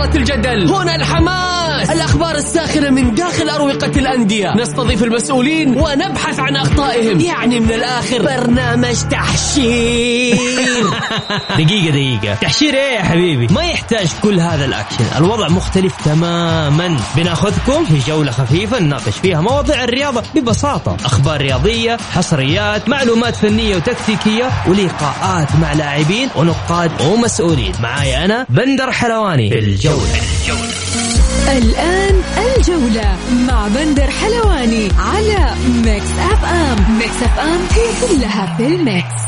إثارة الجدل، هنا الحماس، الأخبار الساخنة من داخل أروقة الأندية، نستضيف المسؤولين ونبحث عن أخطائهم، يعني من الآخر برنامج تحشير. دقيقة تحشير ايه يا حبيبي؟ ما يحتاج كل هذا الأكشن، الوضع مختلف تماما. بناخذكم في جولة خفيفة نناقش فيها مواضيع الرياضة ببساطة، أخبار رياضية، حصريات، معلومات فنية وتكتيكية، ولقاءات مع لاعبين ونقاد ومسؤولين. معايا أنا بندر حلواني في الجولة. الآن الجولة مع بندر حلواني على ميكس أف أم. ميكس أف أم هي كلها في الميكس.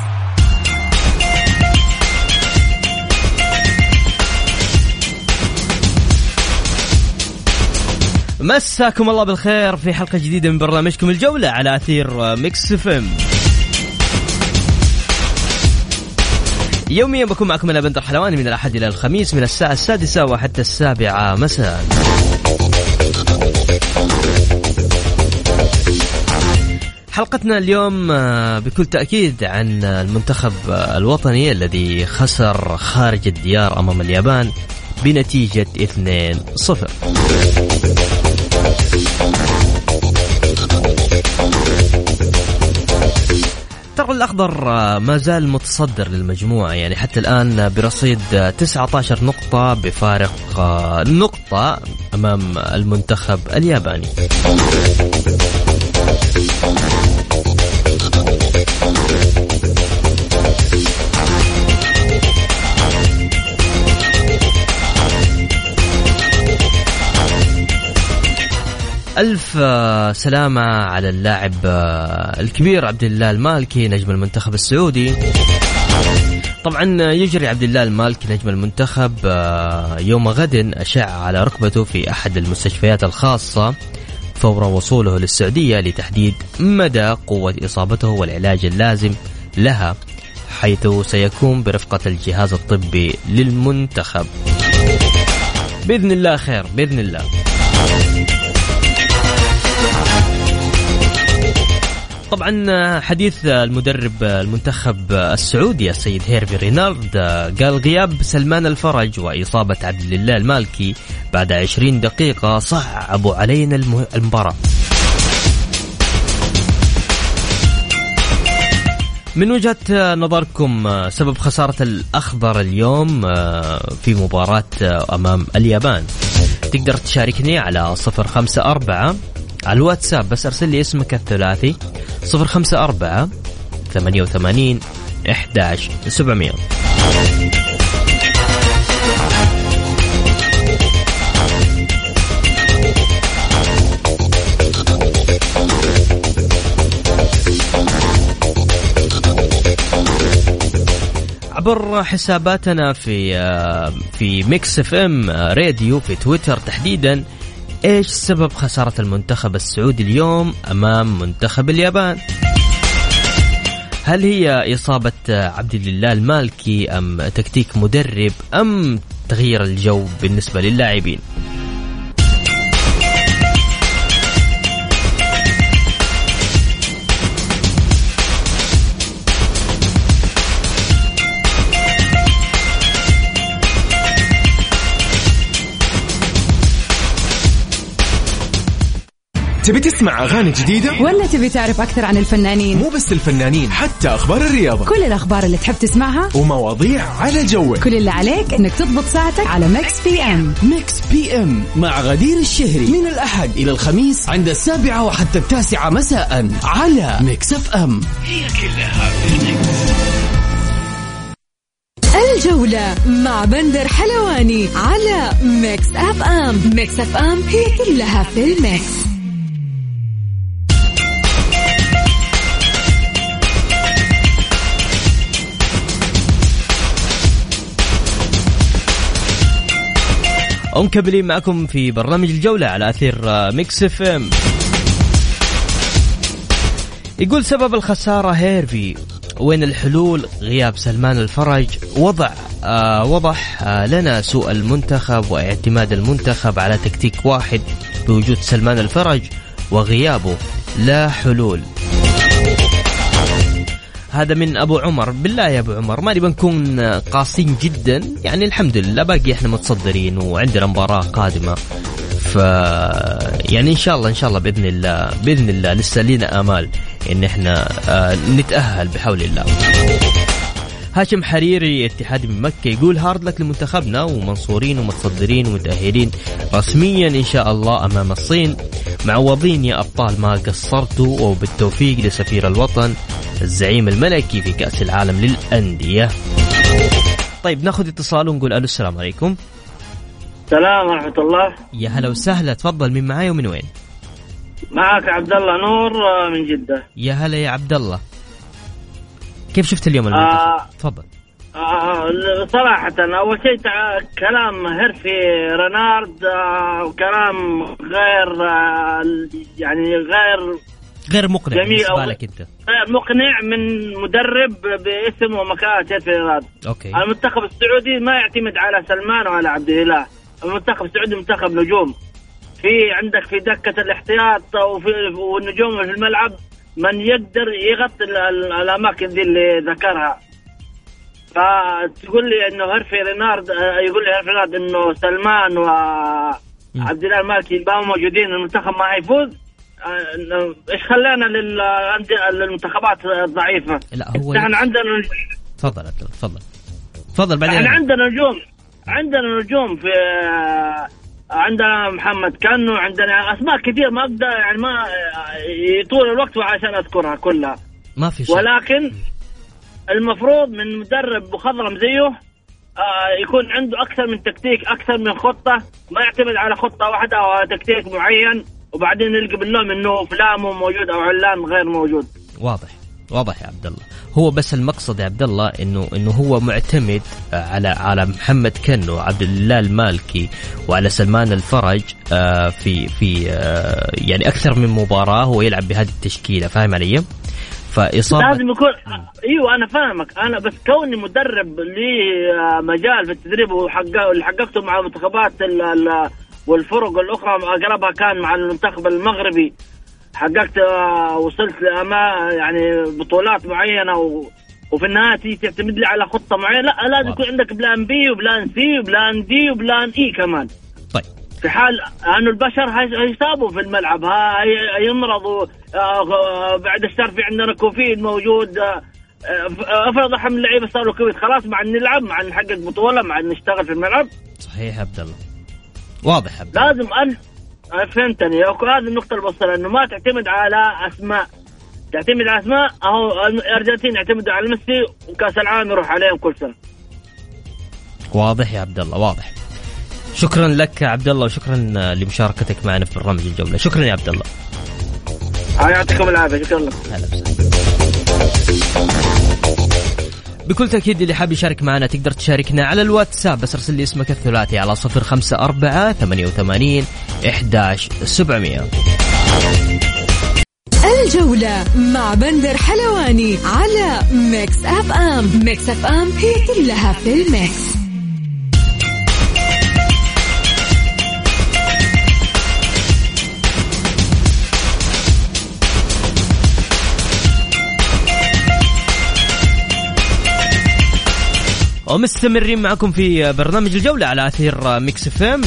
مساكم الله بالخير في حلقة جديدة من برنامجكم الجولة على أثير ميكس اف ام. يوميا بكون معكم أنا بندر حلواني من الأحد إلى الخميس من الساعة 6 وحتى 7 مساء. حلقتنا اليوم بكل تأكيد عن المنتخب الوطني الذي خسر خارج الديار أمام اليابان بنتيجة 2-0. ترى الأخضر ما زال متصدر للمجموعة، يعني حتى الآن برصيد 19 نقطة بفارق نقطة أمام المنتخب الياباني. ألف سلامة على اللاعب الكبير عبد الله المالكي نجم المنتخب السعودي. طبعا يجري عبد الله المالكي نجم المنتخب يوم غد أشعة على ركبته في أحد المستشفيات الخاصة فور وصوله للسعودية لتحديد مدى قوة إصابته والعلاج اللازم لها، حيث سيكون برفقة الجهاز الطبي للمنتخب. بإذن الله خير بإذن الله. طبعا حديث المدرب المنتخب السعودي السيد هيرفي رينارد قال غياب سلمان الفرج وإصابة عبد الله المالكي بعد 20 دقيقة صعبوا علينا المباراة. من وجهة نظركم سبب خسارة الأخضر اليوم في مباراة أمام اليابان؟ تقدر تشاركني على 054 على الواتساب، بس أرسل لي اسمك الثلاثي 054 88 11 700. عبر حساباتنا في ميكس اف ام راديو في تويتر تحديدا، ايش سبب خسارة المنتخب السعودي اليوم امام منتخب اليابان؟ هل هي إصابة عبد الله المالكي ام تكتيك مدرب ام تغيير الجو بالنسبة للاعبين؟ تبي تسمع أغاني جديدة؟ ولا تبي تعرف أكثر عن الفنانين؟ مو بس الفنانين، حتى أخبار الرياضة، كل الأخبار اللي تحب تسمعها ومواضيع على جوك. كل اللي عليك إنك تضبط ساعتك على ميكس بي ام. ميكس بي ام مع غدير الشهري من الأحد إلى الخميس عند 7 وحتى 9 مساء على ميكس اف ام، هي كلها في الميكس. الجولة مع بندر حلواني على ميكس اف ام. ميكس اف ام هي كلها في الميكس. ومكملين معكم في برنامج الجولة على أثير ميكس اف ام. يقول سبب الخسارة هيرفي، وين الحلول؟ غياب سلمان الفرج وضح لنا سوء المنتخب واعتماد المنتخب على تكتيك واحد بوجود سلمان الفرج وغيابه لا حلول. هذا من أبو عمر. بالله يا أبو عمر ما نبي نكون قاسين جدا، يعني الحمد لله باقي إحنا متصدرين وعندنا مباراة قادمة، يعني إن شاء الله بإذن الله لسه لنا آمال إن إحنا نتأهل بحول الله. هاشم حريري اتحادي من مكة يقول هارد لك لمنتخبنا ومنصورين ومتصدرين ومتأهلين رسميا إن شاء الله أمام الصين، معوضين يا أبطال ما قصرتوا، وبالتوفيق لسفير الوطن الزعيم الملكي في كأس العالم للأندية. طيب ناخذ اتصال ونقول ألو السلام عليكم. السلام ورحمة الله. يا هلا وسهلا، تفضل من معاي ومن وين؟ معك عبد الله نور من جدة. يا هلا يا عبد الله، كيف شفت اليوم المنتخب؟ تفضل. صراحة أول شيء كلام هيرفي رينارد وكلام غير مقنع بالنسبة لك أنت. غير مقنع من مدرب باسم ومكانة هيرفي رينارد. أوكي. المنتخب السعودي ما يعتمد على سلمان وعلى عبد الإله، المنتخب السعودي منتخب نجوم، عندك في دكة الاحتياط والنجوم في الملعب من يقدر يغطي الأماكن دي اللي ذكرها. فتقول لي إنه هيرفي رينارد إنه سلمان وعبد الله المالكي يبقوا موجودين المنتخب ما هيفوز. إيش خلانا للمنتخبات الضعيفة؟ لا هو إحنا عندنا تفضل بعدين. إحنا عندنا نجوم في عندنا محمد كانو، عندنا أسماء كثير ما أقدر يعني ما يطول الوقت عشان أذكرها كلها، ما في شيء. ولكن المفروض من مدرب مخضرم زيه يكون عنده أكثر من تكتيك، أكثر من خطة، ما يعتمد على خطة واحدة أو تكتيك معين وبعدين نلقى باللوم إنه فلان مو موجود أو علان غير موجود. واضح يا عبد الله. هو بس المقصد يا عبد الله انه هو معتمد على محمد كنو، عبد الله المالكي، وعلى سلمان الفرج في يعني اكثر من مباراة هو يلعب بهذه التشكيلة، فاهم علي؟ فإصابة لازم يكون ايوه انا فاهمك، انا بس كوني مدرب لي مجال في التدريب واللي حققته مع المنتخبات والفرق الاخرى اقربها كان مع المنتخب المغربي، حققت وصلت يعني بطولات معينة وفي النهاية تعتمد لي على خطة معينة. لا لازم يكون عندك بلان بي وبلان سي وبلان دي وبلان اي كمان. طيب في حال أنه البشر هيصابوا في الملعب، يمرضوا، بعد الشر في عندنا كوفيد موجود، افرض احد من اللعيبه صار له كوفيد، خلاص مع نلعب، مع نحقق بطولة، مع نشتغل في الملعب. صحيح عبد الله، واضح عبد الله. لازم فهمتني، هذه النقطة البصرة، إنه ما تعتمد على أسماء، تعتمد على أسماء. أهو الأرجنتين يعتمدوا على ميسي وكأس العالم يروح عليهم كل سنة. واضح يا عبد الله، واضح. شكرا لك عبد الله، وشكرا لمشاركتك معنا في برنامج الجولة. شكرا يا عبد الله. يعطيكم العافية. شكرا لك. بكل تأكيد اللي حاب يشارك معنا تقدر تشاركنا على الواتساب، بس ارسل لي اسمك الثلاثي على 0548811700. الجولة مع بندر حلواني على ميكس اف ام. ميكس اف ام هي كلها في الميكس. ومستمرين معكم في برنامج الجولة على أثير ميكس اف ام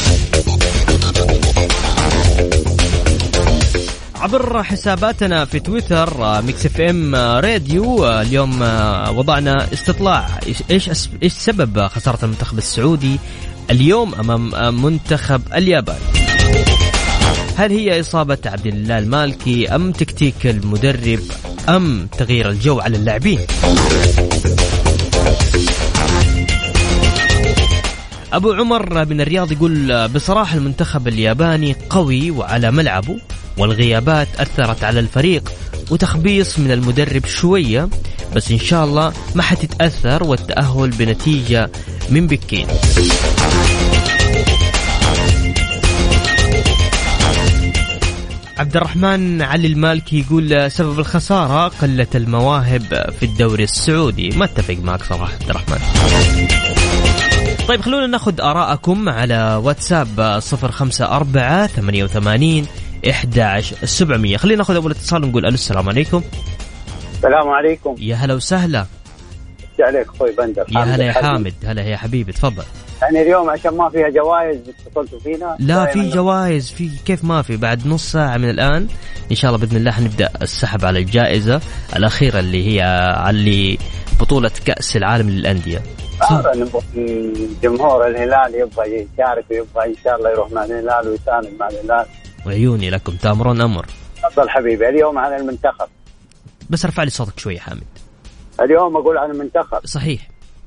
عبر حساباتنا في تويتر ميكس اف ام راديو. اليوم وضعنا استطلاع ايش سبب خسارة المنتخب السعودي اليوم امام منتخب اليابان. هل هي إصابة عبد الله المالكي أم تكتيك المدرب أم تغيير الجو على اللاعبين؟ أبو عمر من الرياض يقول بصراحة المنتخب الياباني قوي وعلى ملعبه، والغيابات أثرت على الفريق وتخبيص من المدرب شوية، بس إن شاء الله ما حتتأثر والتأهل بنتيجة من بكين. عبد الرحمن علي المالكي يقول سبب الخسارة قلة المواهب في الدوري السعودي. ما اتفق معك صراحة عبد الرحمن. طيب خلونا ناخذ آراءكم على واتساب 0548811700. خلينا ناخذ أول اتصال ونقول ألو السلام عليكم. السلام عليكم. يا هلا وسهلا. عليك اخوي بندر. يا هلا يا حامد. هلا يا حبيبي تفضل. يعني اليوم عشان ما فيها جوائز اتصلتوا فينا؟ لا في جوائز، في كيف ما في. بعد نص ساعة من الآن إن شاء الله بإذن الله حنبدأ السحب على الجائزة الأخيرة اللي هي على بطولة كأس العالم للأندية. الجمهور الهلال يبغى يشارك ويبغى إن شاء الله يروح مع الهلال ويساند مع الهلال. وعيوني لكم تامرون أمر. تفضل حبيبي. اليوم عن المنتخب، بس ارفع لي صوتك شوي حامد. اليوم أقول عن المنتخب. صحيح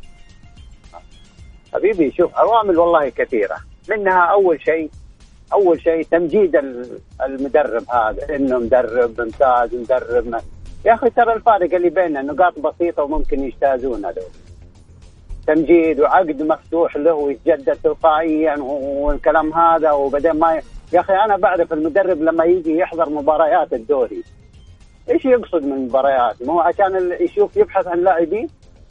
حبيبي. شوف عوامل والله كثيرة، منها أول شيء تمجيد المدرب هذا، إنه مدرب ممتاز مدرب يا أخي ترى الفارق اللي بيننا نقاط بسيطة وممكن يجتازون هذول. تمجيد وعقد مفتوح له ويتجدد تلقائيا والكلام هذا، وبعدين ما يا أخي أنا بعرف المدرب لما يجي يحضر مباريات الدوري إيش يقصد من المباريات؟ مو عشان يشوف يبحث عن لاعبين.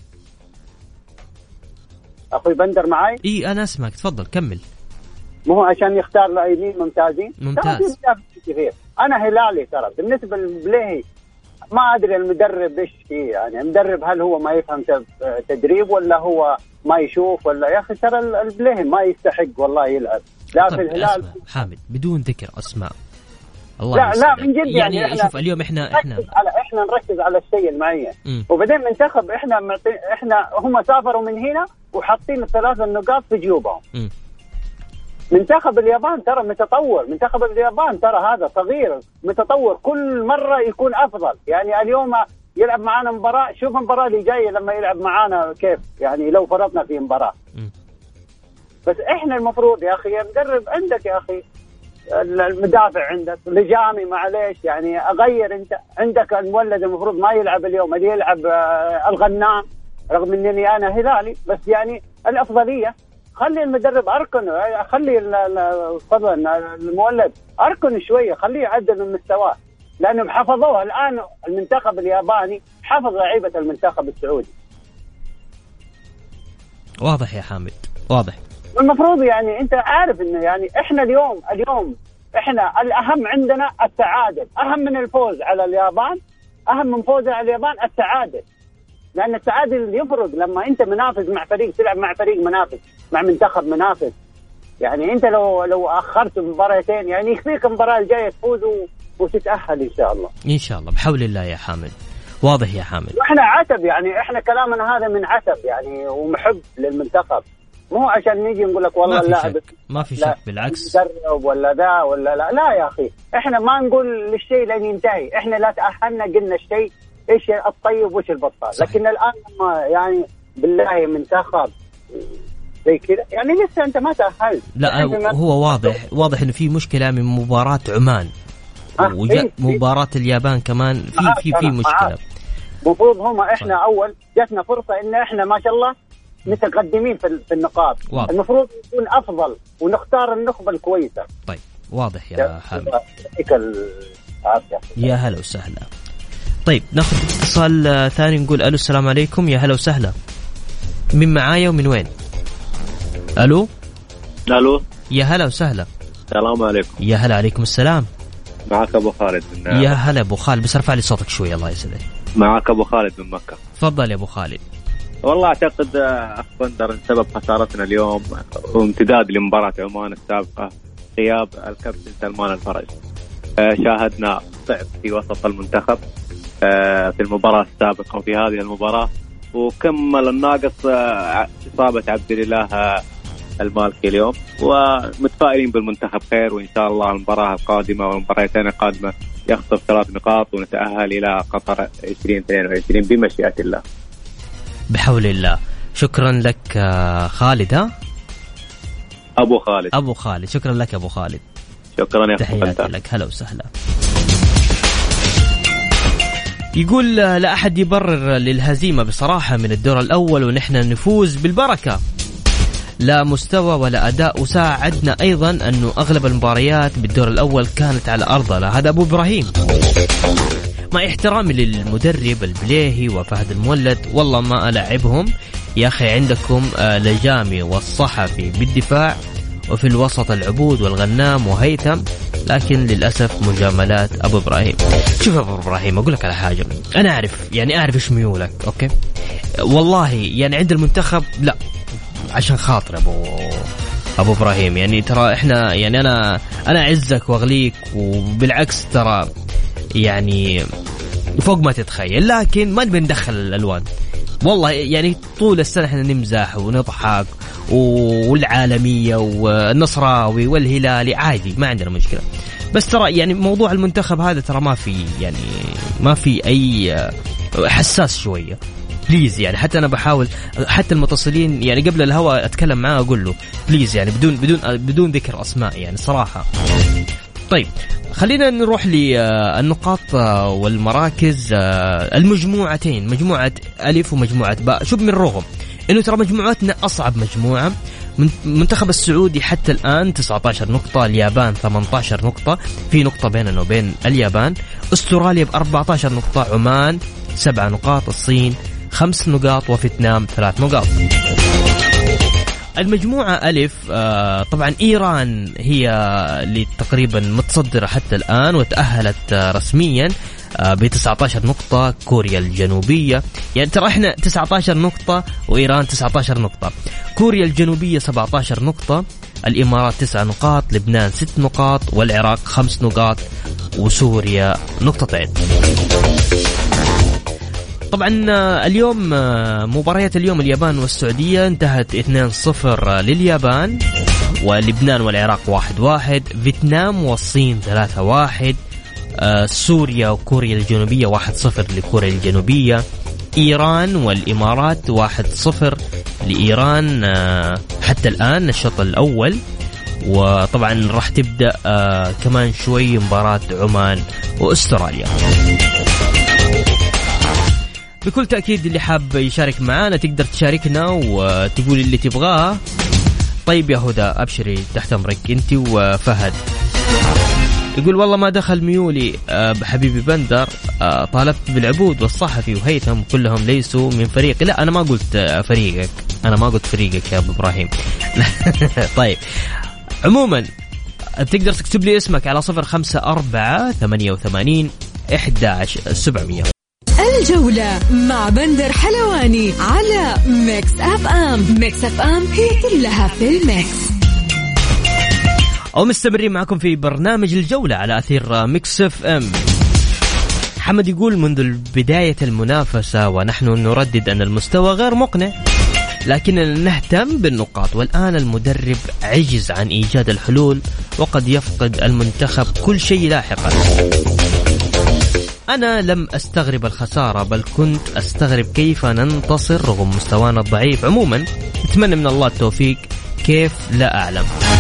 أخوي بندر معي؟ إيه أنا أسمعك تفضل كمل. مو عشان يختار لاعبين ممتازين. ممتاز. أنا هلالي ترى بالنسبة للبليهي ما أدري المدرب إيش فيه، يعني المدرب هل هو ما يفهم تدريب ولا هو ما يشوف ولا يا أخي ترى البليهي ما يستحق والله يلعب. لا في الهلال حامد بدون ذكر أسماء. الله لا من جد يعني شوف اليوم إحنا نركز على الشيء المعين. وبعدين منتخب إحنا هم سافروا من هنا وحاطين ال3 نقاط في جيوبهم. منتخب اليابان ترى متطور، منتخب اليابان ترى هذا صغير متطور كل مرة يكون أفضل. يعني اليوم يلعب معانا مباراة، شوف المباراة اللي جاية لما يلعب معانا كيف، يعني لو فرضنا في مباراة. بس إحنا المفروض يا أخي مدرب عندك يا أخي المدافع عندك لجامي معليش يعني أغير. أنت عندك المولد المفروض ما يلعب اليوم، اللي يلعب الغنام، رغم أنني أنا هلالي بس يعني الأفضلية خلي المدرب أركن، خلي المولد أركن شوية، خليه يعدل من مستواه، لأنهم حفظوه الآن. المنتخب الياباني حفظ لعيبة المنتخب السعودي. واضح يا حامد واضح. المفروض يعني أنت عارف إنه يعني إحنا اليوم إحنا الأهم عندنا التعادل، أهم من الفوز على اليابان، أهم من فوز على اليابان التعادل، لأن التعادل يفرق لما أنت منافس مع فريق، تلعب مع فريق منافس، مع منتخب منافس. يعني أنت لو أخرت مباراتين يعني يكفيك المباراة الجاية تفوز وتتأهل إن شاء الله. إن شاء الله بحول الله يا حامد. واضح يا حامد. وإحنا عتب يعني، إحنا كلامنا هذا من عتب يعني ومحب للمنتخب، مو عشان نيجي نقول لك والله اللاعب ما في شك بالعكس مدرب ولا ذا ولا لا يا أخي. إحنا ما نقول للشيء لين ينتهي، إحنا لا تأهلنا قلنا الشيء إيش الطيب وإيش البطال. لكن الآن يعني بالله منتخب زي كذا يعني لسه أنت ما تأهلت. لا هو واضح إنه في مشكلة من مباراة عمان مباراة اليابان كمان في مشكلة. مفروض هما إحنا أول جاتنا فرصة إن إحنا ما شاء الله متقدمين في النقاط. المفروض يكون أفضل ونختار النخبة الكويسة. طيب واضح يا حامد. يا هلا وسهلا. طيب ناخذ اتصال ثاني نقول ألو السلام عليكم. يا هلا وسهلا. من معايا ومن وين؟ ألو يا هلا وسهلا. السلام عليكم. يا هلا عليكم السلام. معك أبو خالد من يا هلا أبو خالد، بس ارفع لي صوتك شوي الله يسعدك. معك أبو خالد من مكة. تفضل يا أبو خالد. والله أعتقد أخ بندر سبب خسارتنا اليوم وامتداد لمباراة عمان السابقة غياب الكابتن سلمان الفرج. شاهدنا ضعف في وسط المنتخب في المباراة السابقة وفي هذه المباراة، وكمل الناقص إصابة عبد الله المالكي اليوم، ومتفائلين بالمنتخب خير، وإن شاء الله المباراة القادمة والمباراتين القادمة يخطف 3 نقاط ونتأهل إلى قطر 2022 بمشيئة الله. بحول الله. شكرا لك خالد. أبو خالد شكرا لك أبو خالد. شكرا يا تحياتي لك. هلا وسهلا. يقول لا أحد يبرر للهزيمة بصراحة من الدور الأول ونحن نفوز بالبركة، لا مستوى ولا أداء، وساعدنا أيضا أنه أغلب المباريات بالدور الأول كانت على أرضنا. هذا أبو إبراهيم. مع احترامي للمدرب البليهي وفهد المولد والله ما ألعبهم يا أخي. عندكم لجامي والصحفي بالدفاع، وفي الوسط العبود والغنام وهيثم، لكن للأسف مجاملات أبو إبراهيم. شوف أبو إبراهيم أقول لك على حاجة، أنا أعرف إيش ميولك، أوكي والله يعني عند المنتخب لا، عشان خاطر أبو إبراهيم يعني ترى إحنا يعني أنا أعزك وأغليك، وبالعكس ترى يعني فوق ما تتخيل، لكن ما نبي ندخل الألوان والله. يعني طول السنة إحنا نمزح ونضحك والعالمية والنصراوي والهلالي عادي، ما عندنا مشكلة. بس ترى يعني موضوع المنتخب هذا ترى ما في أي حساس شوية بليز. يعني حتى أنا بحاول، حتى المتصلين يعني قبل الهواء أتكلم معاه أقول له بليز يعني بدون ذكر أسماء يعني صراحة. طيب خلينا نروح للنقاط والمراكز المجموعتين، مجموعة ألف ومجموعة باء. شوف من رغم إنه ترى مجموعتنا أصعب مجموعة، منتخب السعودي حتى الآن 19 نقطة، اليابان 18 نقطة، في نقطة بيننا وبين اليابان، أستراليا ب14 نقطة، عمان 7 نقاط، الصين 5 نقاط، وفيتنام 3 نقاط. المجموعة ألف طبعا إيران هي اللي تقريبا متصدرة حتى الآن وتأهلت رسميا ب19 نقطة. كوريا الجنوبية يعني ترى احنا 19 نقطة وإيران 19 نقطة، كوريا الجنوبية 17 نقطة، الإمارات 9 نقاط، لبنان 6 نقاط، والعراق 5 نقاط، وسوريا نقطتين. طبعا اليوم مباريات اليوم اليابان والسعودية انتهت 2-0 لليابان، ولبنان والعراق 1-1، فيتنام والصين 3-1، سوريا وكوريا الجنوبية 1-0 لكوريا الجنوبية، إيران والإمارات 1-0 لإيران حتى الآن الشوط الأول. وطبعا راح تبدأ كمان شوي مباراة عمان وأستراليا. بكل تأكيد اللي حاب يشارك معانا تقدر تشاركنا وتقول اللي تبغاه. طيب يا هدى أبشري تحت أمرك أنت وفهد. يقول والله ما دخل ميولي بحبيبي بندر، طالبت بالعبود والصحفي وهيثم كلهم ليسوا من فريقي. لا أنا ما قلت فريقك، أنا ما قلت فريقك يا أبو إبراهيم. طيب عموما تقدر تكتب لي اسمك على 0548811700. الجولة مع بندر حلواني على ميكس أف أم. ميكس أف أم هي كلها في الميكس. ومستمرين معكم في برنامج الجولة على أثير ميكس أف أم. حمد يقول منذ بداية المنافسة ونحن نردد أن المستوى غير مقنع، لكننا نهتم بالنقاط، والآن المدرب عجز عن إيجاد الحلول وقد يفقد المنتخب كل شيء لاحقا. أنا لم أستغرب الخسارة، بل كنت أستغرب كيف ننتصر رغم مستوانا الضعيف. عموما أتمنى من الله التوفيق، كيف لا أعلم.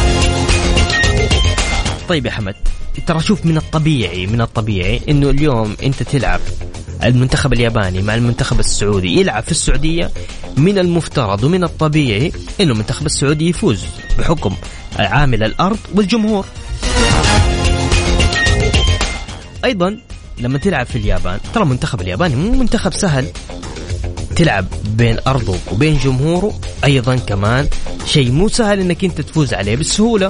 طيب يا حمد ترى شوف، من الطبيعي إنه اليوم أنت تلعب المنتخب الياباني مع المنتخب السعودي يلعب في السعودية، من المفترض ومن الطبيعي إنه المنتخب السعودي يفوز بحكم عامل الأرض والجمهور. أيضا لما تلعب في اليابان ترى المنتخب الياباني مو منتخب سهل، تلعب بين أرضه وبين جمهوره أيضا كمان شيء مو سهل إنك أنت تفوز عليه بسهولة.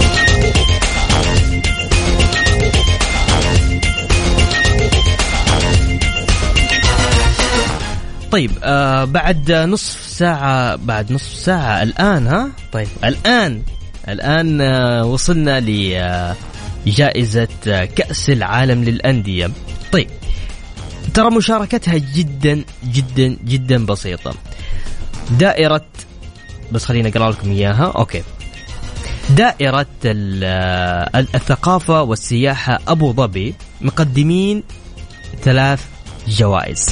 طيب بعد نصف ساعة الآن طيب الآن وصلنا لجائزة كأس العالم للأندية. طيب ترى مشاركتها جدا جدا جدا بسيطة. دائرة، بس خلينا أقرأ لكم إياها. أوكي، دائرة الثقافة والسياحة أبو ظبي مقدمين 3 جوائز.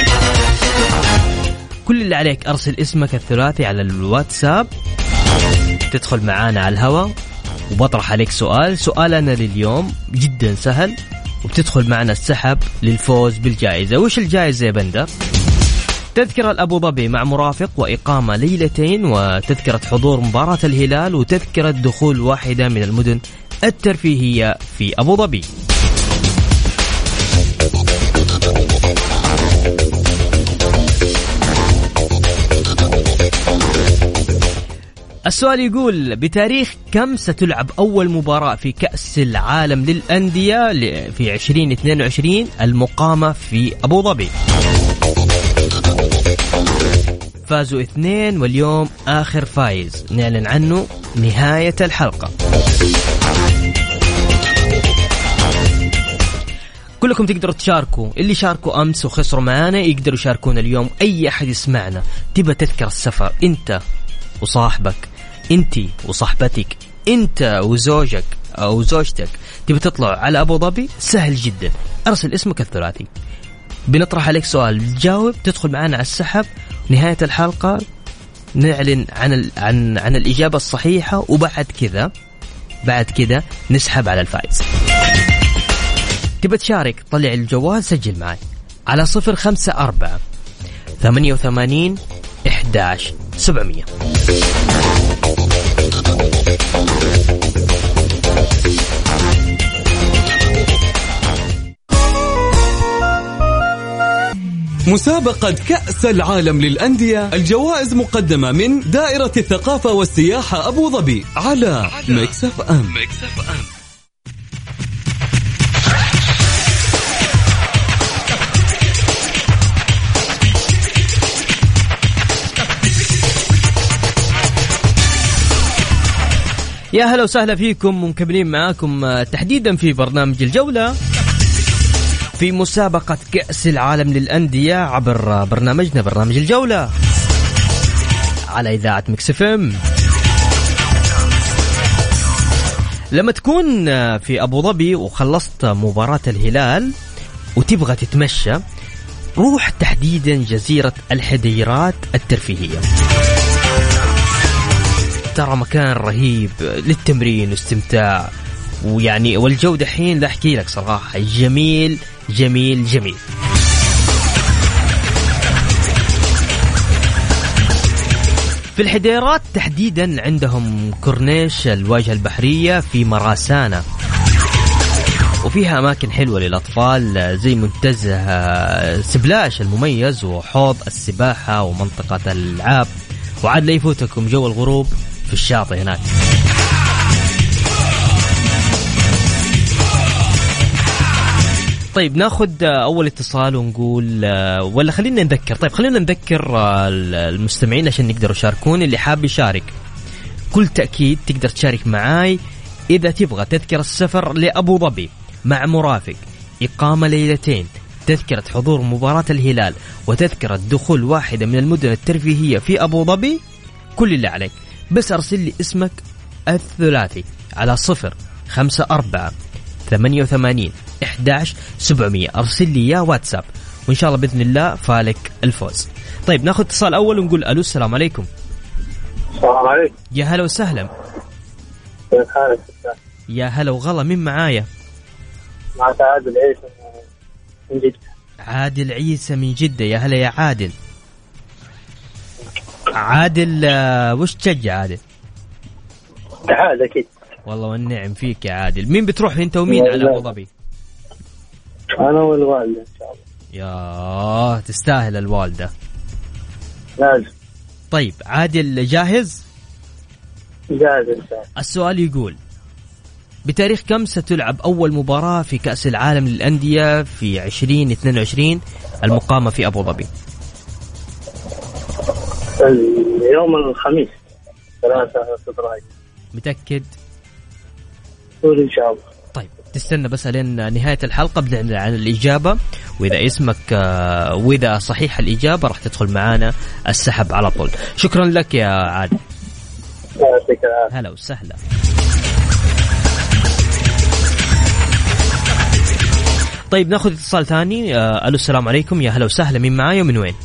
كل اللي عليك أرسل اسمك الثلاثي على الواتساب، تدخل معانا على الهواء وبطرح عليك سؤالنا لليوم جدا سهل، وبتدخل معنا السحب للفوز بالجائزة. وش الجائزة يا بندر؟ تذكرة الأبو ظبي مع مرافق وإقامة ليلتين، وتذكرة حضور مباراة الهلال، وتذكرة دخول واحدة من المدن الترفيهية في أبو ظبي. السؤال يقول بتاريخ كم ستلعب أول مباراة في كأس العالم للأندية في 2022 المقامة في أبو ظبي؟ فازوا 2 واليوم آخر فايز نعلن عنه نهاية الحلقة. كلكم تقدروا تشاركوا، اللي شاركوا أمس وخسروا معانا يقدروا يشاركون اليوم. أي أحد يسمعنا تبى تذكر السفر، أنت وصاحبك، أنت وصاحبتك، أنت وزوجك أو زوجتك، تبى تطلعوا على أبو ظبي، سهل جدا، أرسل اسمك الثلاثي، بنطرح عليك سؤال، تجاوب، تدخل معنا على السحب. نهاية الحلقة نعلن عن الإجابة الصحيحة، وبعد كذا نسحب على الفائز. تبى تشارك، طلع الجوال، سجل معي على 054 88 11 700. مسابقة كأس العالم للأندية، الجوائز مقدمة من دائرة الثقافة والسياحة أبو ظبي على ميكس اف ام. يا هلا وسهلا فيكم، ومكملين معاكم تحديدا في برنامج الجولة في مسابقة كأس العالم للأندية عبر برنامجنا برنامج الجولة على إذاعة ميكس اف ام. لما تكون في أبو ظبي وخلصت مباراة الهلال وتبغى تتمشى، روح تحديدا جزيرة الحديرات الترفيهية. ترى مكان رهيب للتمرين واستمتاع، ويعني والجو دحين لا أحكي لك صراحة جميل جميل جميل. في الحديرات تحديدا عندهم كورنيش الواجهة البحرية في مراسانا، وفيها أماكن حلوة للأطفال زي منتزه سبلاش المميز وحوض السباحة ومنطقة الألعاب، وعاد لا يفوتكم جو الغروب في الشاطئ هناك. طيب ناخد أول اتصال ونقول ولا خلينا نذكر. طيب خلينا نذكر المستمعين عشان يقدروا يشاركون. اللي حاب يشارك كل تأكيد تقدر تشارك معاي إذا تبغى تذكر السفر لأبو ظبي مع مرافق، إقامة ليلتين، تذكرة حضور مباراة الهلال، وتذكرة دخول واحدة من المدن الترفيهية في أبو ظبي. كل اللي عليك بس أرسل لي اسمك الثلاثي على 054 88 11 700. أرسل لي يا واتساب وإن شاء الله بإذن الله فالك الفوز. طيب ناخذ اتصال أول ونقول ألو السلام عليكم. السلام عليكم. يا هلا وسهلا. كيف حالك؟ يا هلا وغلا، مين معايا؟ معك عادل عيسى من جدة. عادل عيسى من جدة، يا هلا يا عادل. عادل وش تشجع عادل؟ اتحاد أكيد. والله والنعم فيك يا عادل. مين بتروح انت ومين على أبو ظبي؟ أنا والوالدة إن شاء الله. يا تستاهل الوالدة. لازم. طيب عادل جاهز؟ جاهز إن شاء الله. السؤال يقول بتاريخ كم ستلعب أول مباراة في كأس العالم للأندية في 2022 المقامة في أبو ظبي؟ يوم الخميس 3 فبراير. متأكد؟ قول إن شاء الله. طيب تستنى بس لين نهاية الحلقة بنعلن عن الإجابة، وإذا اسمك وإذا صحيح الإجابة راح تدخل معانا السحب على طول. شكرا لك يا عادل. هلا وسهلا. طيب ناخذ اتصال ثاني. ألو السلام عليكم. يا هلا وسهلا، مين معايا ومن وين؟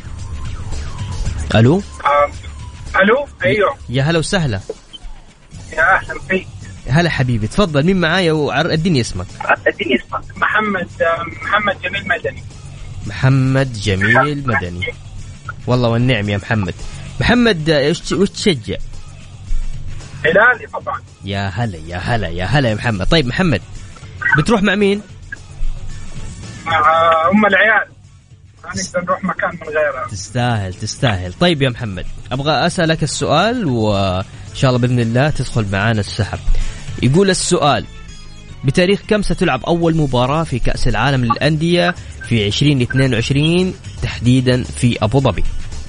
ألو. ألو أيوه. يا هلا وسهلا. يا أهلا فيك. هلا حبيبي، تفضل مين معايا واديني اسمك. اديني اسمك. محمد جميل مدني. محمد جميل مدني، والله والنعم يا محمد. محمد وش تشجع؟ هلالي طبعا. يا هلا يا هلا يا هلا يا محمد. طيب محمد بتروح مع مين؟ مع أم العيال. نقدر نروح مكان من غيره. تستاهل. طيب يا محمد أبغى أسألك السؤال وإن شاء الله بإذن الله تدخل معانا السحب. يقول السؤال: بتاريخ كم ستلعب أول مباراة في كأس العالم للأندية في 2022 تحديدا في أبو ظبي؟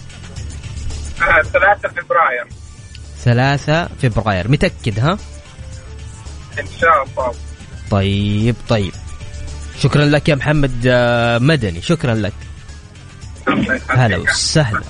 3 فبراير. 3 فبراير متأكد ها؟ إن شاء الله. طيب شكرا لك يا محمد مدني، شكرا لك. هلا وسهلا.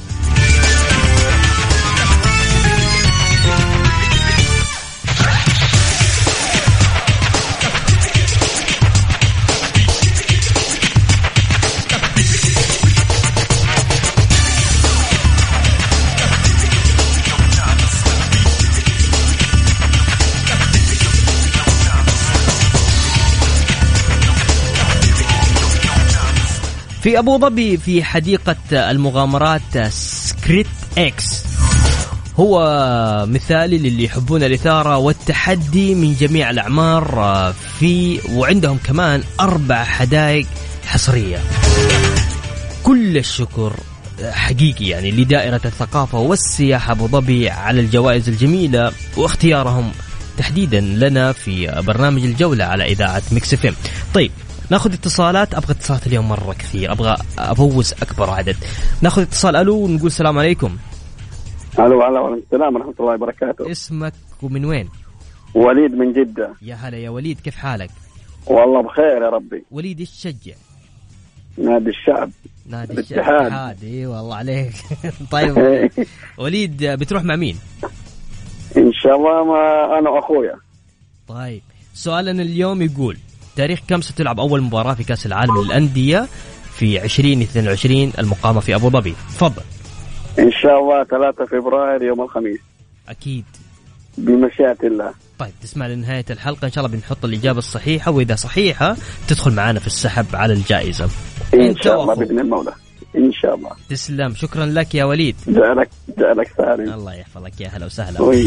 في أبو ظبي في حديقة المغامرات سكريت إكس، هو مثالي للي يحبون الإثارة والتحدي من جميع الأعمار، وعندهم كمان 4 حدائق حصرية. كل الشكر حقيقي يعني لدائرة الثقافة والسياحة أبو ظبي على الجوائز الجميلة واختيارهم تحديدا لنا في برنامج الجولة على إذاعة ميكس اف ام. طيب ناخذ اتصالات، ابغى اتصالات اليوم مره كثير، ابغى افوز اكبر عدد. ناخذ اتصال. الو ونقول السلام عليكم. الو وعليكم السلام ورحمه الله وبركاته. اسمك ومن وين؟ وليد من جده. يا هلا يا وليد، كيف حالك؟ والله بخير يا ربي. وليد ايش تشجع؟ نادي الشعب. نادي الاتحاد. اي والله عليك. طيب وليد بتروح مع مين؟ ان شاء الله ما انا واخويا. طيب سؤالنا اليوم يقول: تاريخ كم ستلعب أول مباراة في كأس العالم للأندية في 2022 المقامة في أبو ظبي؟ تفضل. إن شاء الله 3 فبراير يوم الخميس. أكيد بمشيئة الله. طيب تسمع لنهاية الحلقة إن شاء الله بنحط الإجابة الصحيحة، وإذا صحيحة تدخل معنا في السحب على الجائزة إن شاء الله بإذن المولى. إن شاء الله. تسلم، شكرا لك يا وليد. جعلك سالم. الله يحفظك، يا هلا وسهلا.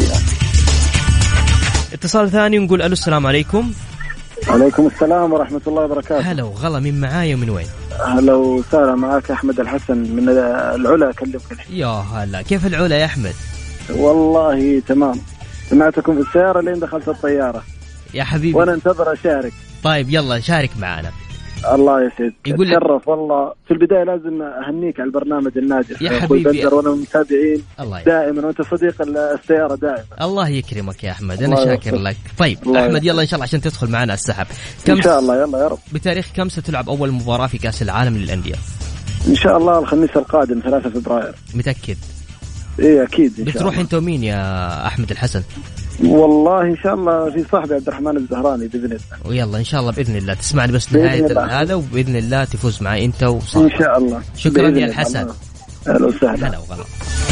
اتصال ثاني ونقول ألو السلام عليكم. عليكم السلام ورحمة الله وبركاته. هلا وغلا، من معايا ومن وين؟ هلا وسهلا، معك أحمد الحسن من العلا أكلمك. يا هلا، كيف العلا يا أحمد؟ والله تمام، سمعتكم في السيارة لين دخلت الطيارة يا حبيبي، وأنا انتظر أشارك. طيب يلا شارك معنا. الله يسعدك. يقول تشرف والله. في البداية لازم أهنيك على البرنامج الناجح يا حبيبي، وأنا متابعين دائما، وأنت صديق السيارة دائما. الله يكرمك يا أحمد، أنا شاكر لك. طيب أحمد يلا إن شاء الله عشان تدخل معنا السحب. إن شاء الله. يلا يا رب. بتاريخ كم ستلعب أول مباراة في كأس العالم للأندية؟ إن شاء الله الخميس القادم 3 فبراير. متأكد؟ إيه أكيد. بتروح أنت ومين يا أحمد الحسن؟ والله إن شاء الله في صاحبي عبد الرحمن الزهراني بإذن الله. ويلا إن شاء الله بإذن الله تسمعني بس نهاية هذا، وبإذن الله تفوز معي أنت وصاحبك إن شاء الله. شكرا يا الحسن. أهلا وسهلا. هلا وغلا.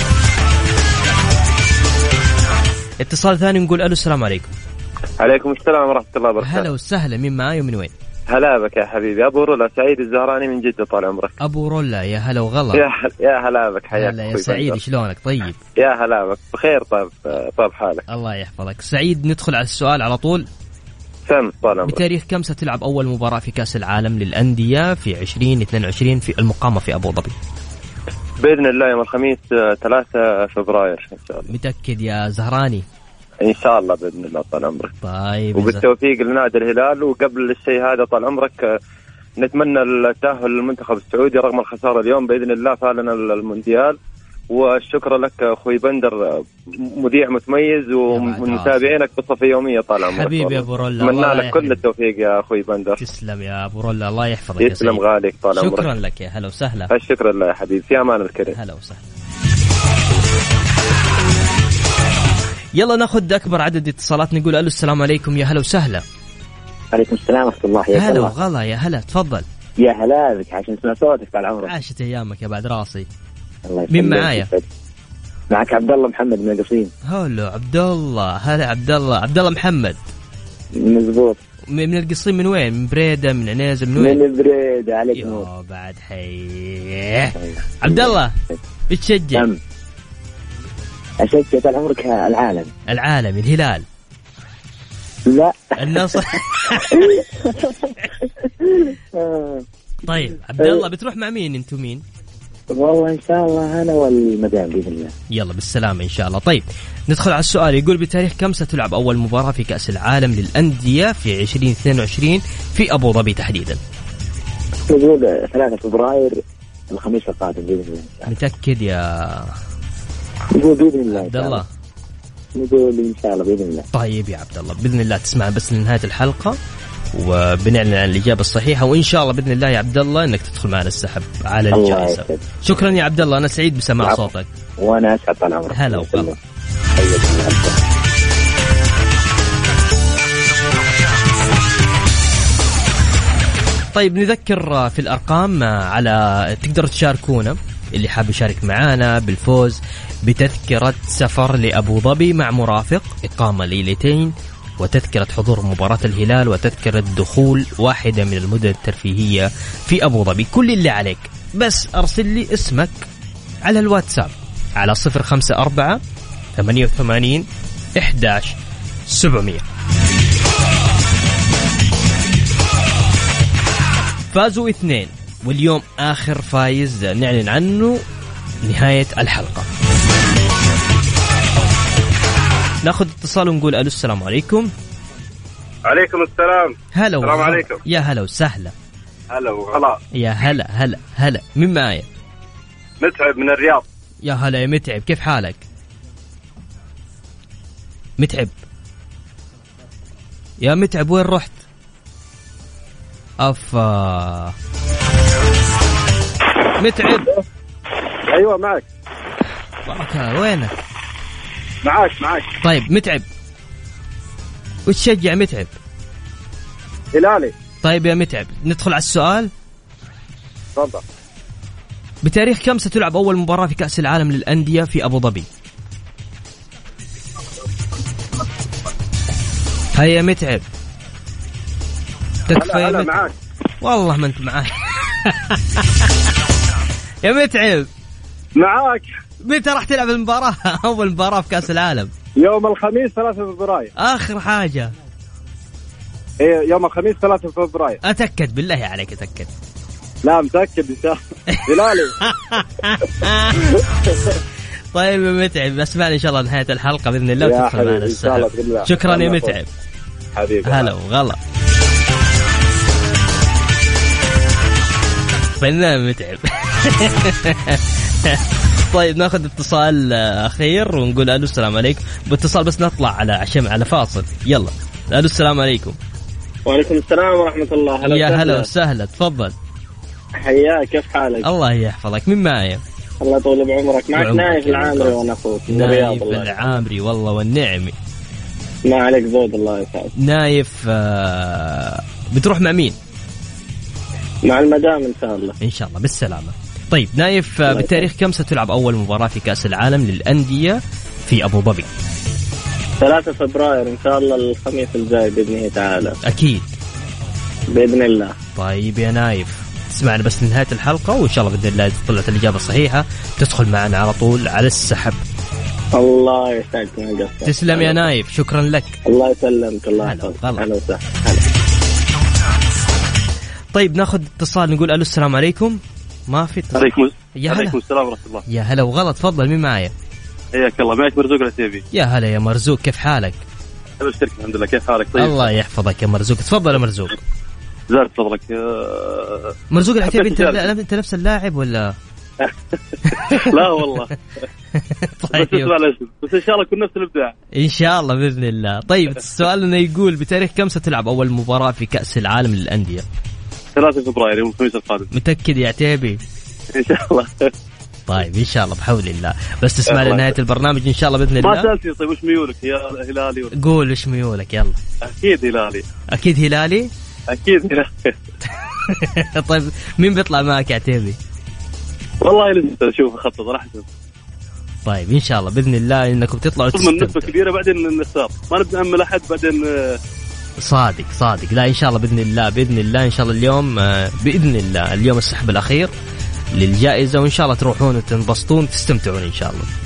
اتصال ثاني نقول ألو السلام عليكم. عليكم السلام ورحمة الله وبركاته. هلا وسهلا، من معاي ومن وين؟ هلا بك يا حبيبي. أبو رولا سعيد الزهراني من جدة، طال عمرك. أبو رولا، يا هلا وغلا. يا هلا بك، حياك. هلا يا سعيد، شلونك؟ طيب يا هلا بك، بخير. طيب حالك. الله يحفظك. سعيد ندخل على السؤال على طول. سم طال عمرك. بتاريخ كم ستلعب أول مباراة في كأس العالم للأندية في 2022 في المقامة في أبو ظبي؟ بإذن الله يوم الخميس 3 فبراير إن شاء الله. متأكد يا زهراني؟ إن شاء الله بإذن الله طال عمرك. طيب وبالتوفيق لنادي الهلال. وقبل الشيء هذا طال عمرك نتمنى التأهل للمنتخب السعودي رغم الخسارة اليوم بإذن الله فعلنا المونديال. والشكر لك أخوي بندر، مذيع متميز ومتابعينك بصفة يومية طال عمرك. حبيبي يا أبو رولا، أتمنى لك كل التوفيق يا أخوي بندر. تسلم يا أبو رولا، الله يحفظك. يسلم غاليك طال عمرك. شكرا لك يا هلا وسهلا. الشكر لله يا حبيبي، في أمان الكريم. هلا وسهلا. يلا ناخذ أكبر عدد اتصالات، نقول ألو السلام عليكم. يا هلا وسهلا. عليكم السلام ورحمة الله. يا هلا وغلا، يا هلا تفضل. يا هلا بك، عشان نسمع صوتك طال عمرك. عاشت أيامك يا بعد راسي. مين معايا؟ معك عبد الله محمد من القصيم. هلا عبد الله. هلا عبد الله محمد. مزبوط. من القصيم. من وين؟ من بريدة، من عنيزة، من وين؟ من بريدة. عليك نور. بعد حي عبد الله. بتشجع؟ أشجع طال عمرك العالم. الهلال. لا النصر. طيب عبد الله بتروح مع مين؟ انتم مين؟ والله ان شاء الله انا والمدام باذن الله. يلا بالسلامه ان شاء الله. طيب ندخل على السؤال. يقول بتاريخ كم ستلعب اول مباراه في كاس العالم للانديه في 2022 في ابو ظبي تحديدا؟ نقول 3 فبراير الخميس القادم باذن الله. متاكد يا نقول باذن الله عبد الله؟ نقول ان شاء الله باذن الله. طيب يا عبد الله باذن الله تسمع بس لنهايه الحلقه وبنعلن عن الإجابة الصحيحة، وإن شاء الله بإذن الله يا عبد الله إنك تدخل معنا السحب على الجائزة. شكرا يا عبد الله، أنا سعيد بسماع صوتك. وأنا أسعد طال عمرك. هلا وغلا. طيب نذكر في الأرقام على تقدروا تشاركونا، اللي حاب يشارك معانا بالفوز بتذكرة سفر لأبو ظبي مع مرافق، إقامة ليلتين، وتذكرة حضور مباراة الهلال، وتذكرة دخول واحدة من المدن الترفيهية في أبو ظبي. كل اللي عليك بس أرسل لي اسمك على الواتساب على 054 88 11 700. فازوا 2 واليوم آخر فايز نعلن عنه نهاية الحلقة. ناخذ اتصال ونقول الو السلام عليكم. عليكم السلام. هلا السلام عليكم. يا هلا وسهلا. هلا وغلا. يا هلا هلا هلا. مين معايا؟ متعب من الرياض. يا هلا يا متعب، كيف حالك؟ متعب يا متعب وين رحت؟ أفا متعب. أيوة معك. وينك؟ معاك. طيب متعب وتشجع متعب؟ هلالي. طيب يا متعب ندخل على السؤال. تفضل. بتاريخ كم ستلعب أول مباراة في كأس العالم للأندية في أبو ظبي؟ هيا متعب تكفى يا متعب. معاك. والله ما أنت معاك. يا متعب معاك. متى راح تلعب المباراة؟ أول مباراة في كأس العالم يوم الخميس 3 فبراير. آخر حاجة. إيه يوم الخميس 3 فبراير. أتأكد بالله عليك أتأكد. لا متأكد إن شاء الله. هلالي. طيب يا متعب اسمعني إن شاء الله نهاية الحلقة بإذن الله وتدخل معنا السحب. شكرا يا متعب حبيبي. هلا وغلا. فنان متعب. طيب ناخذ اتصال أخير ونقول ألو السلام عليكم. باتصال بس نطلع على فاصل. يلا ألو السلام عليكم. وعليكم السلام ورحمة الله. يا هلا وسهلا. تفضل. حياك، كيف حالك؟ الله يحفظك. مين معايا؟ الله يطول بعمرك. معك نايف العامري وانا اخوك من الرياض. نايف العامري والله والنعمي. ما عليك زود الله يسعدك. نايف بتروح مع مين؟ مع المدام ان شاء الله. ان شاء الله بالسلامة. طيب نايف بالتاريخ كم ستلعب أول مباراة في كأس العالم للأندية في أبو ظبي؟ 3 فبراير إن شاء الله الخميس الجاي بإذن الله تعالى. أكيد بإذن الله. طيب يا نايف تسمعنا بس لنهاية الحلقة وإن شاء الله بإذن الله طلعت الإجابة الصحيحة تدخل معنا على طول على السحب. الله يسعدك. ما قصر. تسلم يا نايف. شكرا لك. الله يسلمك. الله يسلمك. هلا وسهلا. طيب ناخذ اتصال نقول ألو السلام عليكم. ما في اتصال. عليكم عليكم السلام ورحمة الله. يا هلا وغلط. تفضل. مين معايا؟ حياك الله. معك مرزوق العتيبي. يا هلا يا مرزوق، كيف حالك؟ أبشرك الحمد لله. كيف حالك؟ طيب. الله يحفظك يا مرزوق. تفضل يا مرزوق. زاد فضلك. مرزوق العتيبي انت نفس اللاعب ولا؟ لا والله. طيب. بس ان شاء الله يكون نفس الابداع ان شاء الله باذن الله. طيب سؤالنا يقول بتاريخ كم ستلعب اول مباراة في كأس العالم للأندية؟ 3 فبراير يوم الخميس القادم. متأكد يا عتيبي؟ ان شاء الله. طيب ان شاء الله بحول الله. بس تسمع لنهاية البرنامج ان شاء الله باذن الله. ما سألتني. طيب وش ميولك يا هلالي؟ قول وش ميولك. يلا. اكيد هلالي. اكيد هلالي. اكيد هلالي. طيب مين بيطلع معك يا عتيبي؟ والله لسه اشوف خطط راح اشوف. طيب ان شاء الله باذن الله انكم تطلعوا من نسبة كبيرة بعدين نختار. ما نبدا نأمل احد بعدين. صادق. لا ان شاء الله باذن الله ان شاء الله اليوم باذن الله اليوم السحب الاخير للجائزة، وان شاء الله تروحون وتنبسطون وتستمتعون ان شاء الله.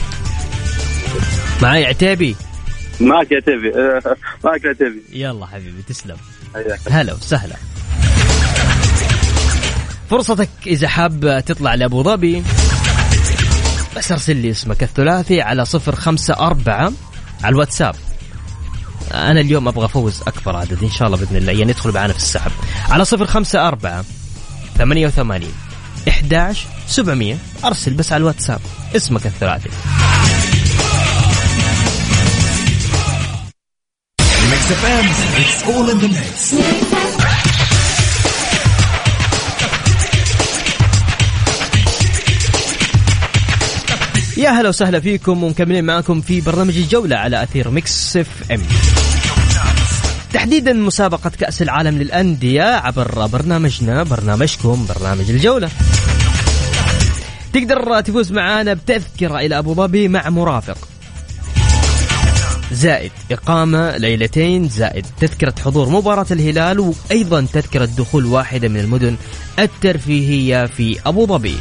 معي عتيبي. معك يا عتيبي. معك يا عتيبي. يلا حبيبي تسلم. حياك. هلا وسهلا. فرصتك إذا حاب تطلع لأبو ظبي، بس أرسل لي اسمك الثلاثي على 054 على الواتساب. أنا اليوم أبغى فوز أكبر عدد إن شاء الله بإذن الله، يعني يدخل معنا في السحب على 054 88 11 700. أرسل بس على الواتساب اسمك الثلاثي. يا هلا وسهلا فيكم ومكملين معاكم في برنامج الجولة على أثير ميكس اف ام، تحديدا مسابقة كأس العالم للأندية عبر برنامجكم برنامج الجولة. تقدر تفوز معانا بتذكرة إلى أبو ظبي مع مرافق، زائد إقامة ليلتين، زائد تذكرة حضور مباراة الهلال، وأيضا تذكرة دخول واحدة من المدن الترفيهية في أبو ظبي.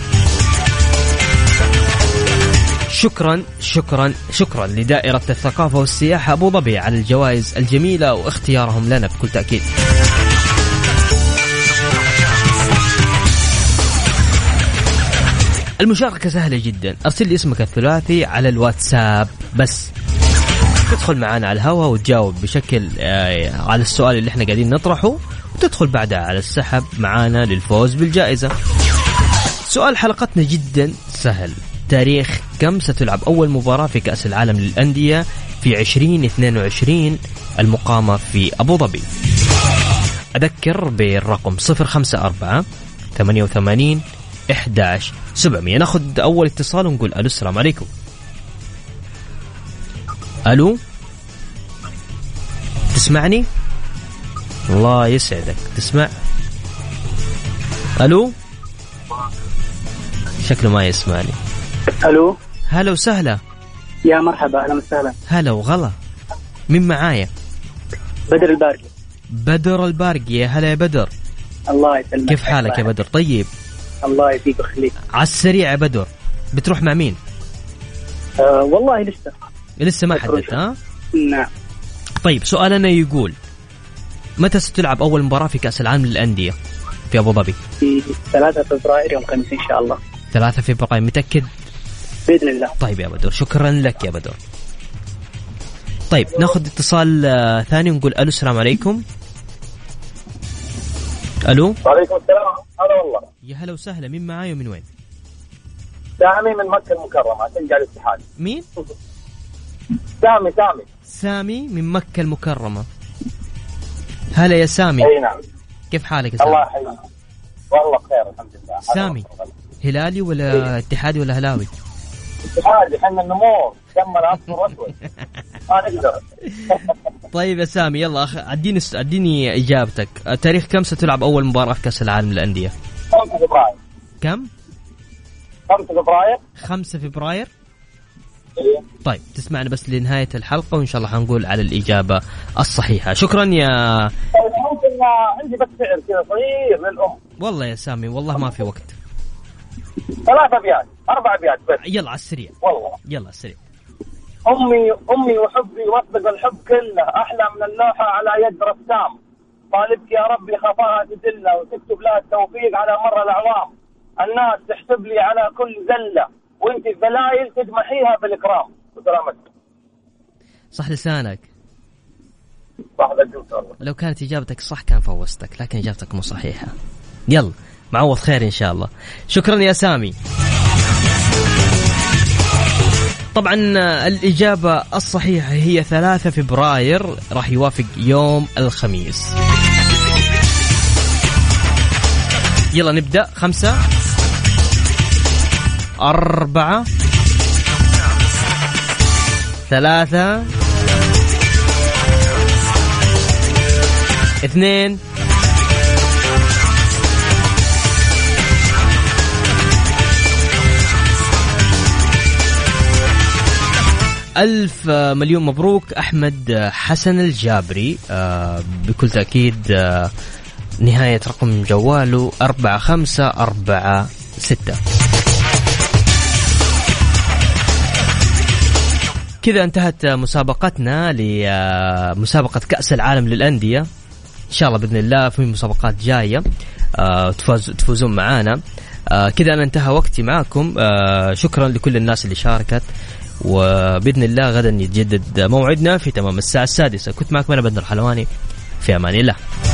شكرا شكرا شكرا لدائرة الثقافة والسياحة أبو ظبي على الجوائز الجميلة واختيارهم لنا بكل تأكيد. المشاركة سهلة جدا، أرسل لي اسمك الثلاثي على الواتساب، بس تدخل معنا على الهواء وتجاوب بشكل على السؤال اللي احنا قاعدين نطرحه، وتدخل بعدها على السحب معنا للفوز بالجائزة. سؤال حلقتنا جدا سهل، تاريخ كم ستلعب أول مباراة في كأس العالم للأندية في 2022 المقامة في أبو ظبي؟ أذكر بالرقم 054 88 11 700. ناخذ أول اتصال ونقول ألو السلام عليكم. ألو تسمعني؟ الله يسعدك تسمع. ألو شكله ما يسمعني. ألو هلا وسهلا. يا مرحبا أهلا وسهلا. هلا وغلا، مين معايا؟ بدر البارقي. بدر البارقي، يا هلا يا بدر. الله يسلمك. كيف حالك يا بدر؟ طيب الله يفيك ويخليك. على السريع يا بدر، بتروح مع مين؟ والله لسه ما حددت. ها نعم. طيب سؤالنا يقول متى ستلعب أول مباراة في كأس العالم للأندية في أبو ظبي؟ في 3 فبراير يوم الخميس إن شاء الله. 3 فبراير متأكد؟ بإذن الله. طيب يا بدر شكرا لك يا بدر. طيب ناخذ اتصال ثاني ونقول ألو السلام عليكم. ألو. وعليكم السلام. هلا والله. يا هلا وسهلا، مين معاي ومن وين؟ سامي من مكة المكرمة، تنقل الاتحاد. مين؟ سامي من مكة المكرمة. هلا يا سامي. اي نعم. كيف حالك يا سامي؟ الله يحييك. والله بخير الحمد لله. سامي هلالي ولا اتحادي ولا هلاوي؟ اتحادي، حنا النمور كمل اصفر واسود. ما نقدر. طيب يا سامي يلا اديني اجابتك. تاريخ كم ستلعب اول مباراة في كأس العالم للأندية؟ 5 فبراير. كم؟ 5 فبراير. 5 فبراير. إيه؟ طيب تسمعنا بس لنهاية الحلقة وإن شاء الله هنقول على الإجابة الصحيحة. شكرا يا. ممكن عندي بس سعر كذا صغير للأم. والله يا سامي والله ما في وقت. 3 أبيات 4 أبيات بس. يلا على السريع. والله يلا على السريع. أمي وحبي واصدق الحب كله، أحلى من اللوحة على يد رسام، طالبك يا ربي خفاها تدله وتكتب لها التوفيق على مر الأعوام، الناس تحسب لي على كل زلة وانت الذلايل تجمحيها بالإكرام. وسلامتك. صح لسانك. صح لك. لو كانت إجابتك صح كان فوزتك، لكن إجابتك مو صحيحة. يلا معوض خير إن شاء الله. شكرا يا سامي. طبعا الإجابة الصحيحة هي 3 فبراير، راح يوافق يوم الخميس. يلا نبدأ. 5 4 3 2 ألف مليون مبروك أحمد حسن الجابري. بكل تأكيد نهاية رقم جواله 4546. كذا انتهت مسابقتنا لمسابقة كأس العالم للأندية. إن شاء الله بإذن الله في مسابقات جاية. تفوزون معانا. كذا أنا انتهى وقتي معاكم. شكرا لكل الناس اللي شاركت، وبإذن الله غدا يتجدد موعدنا في تمام الساعة 6. كنت معكم أنا بندر حلواني، في أمان الله.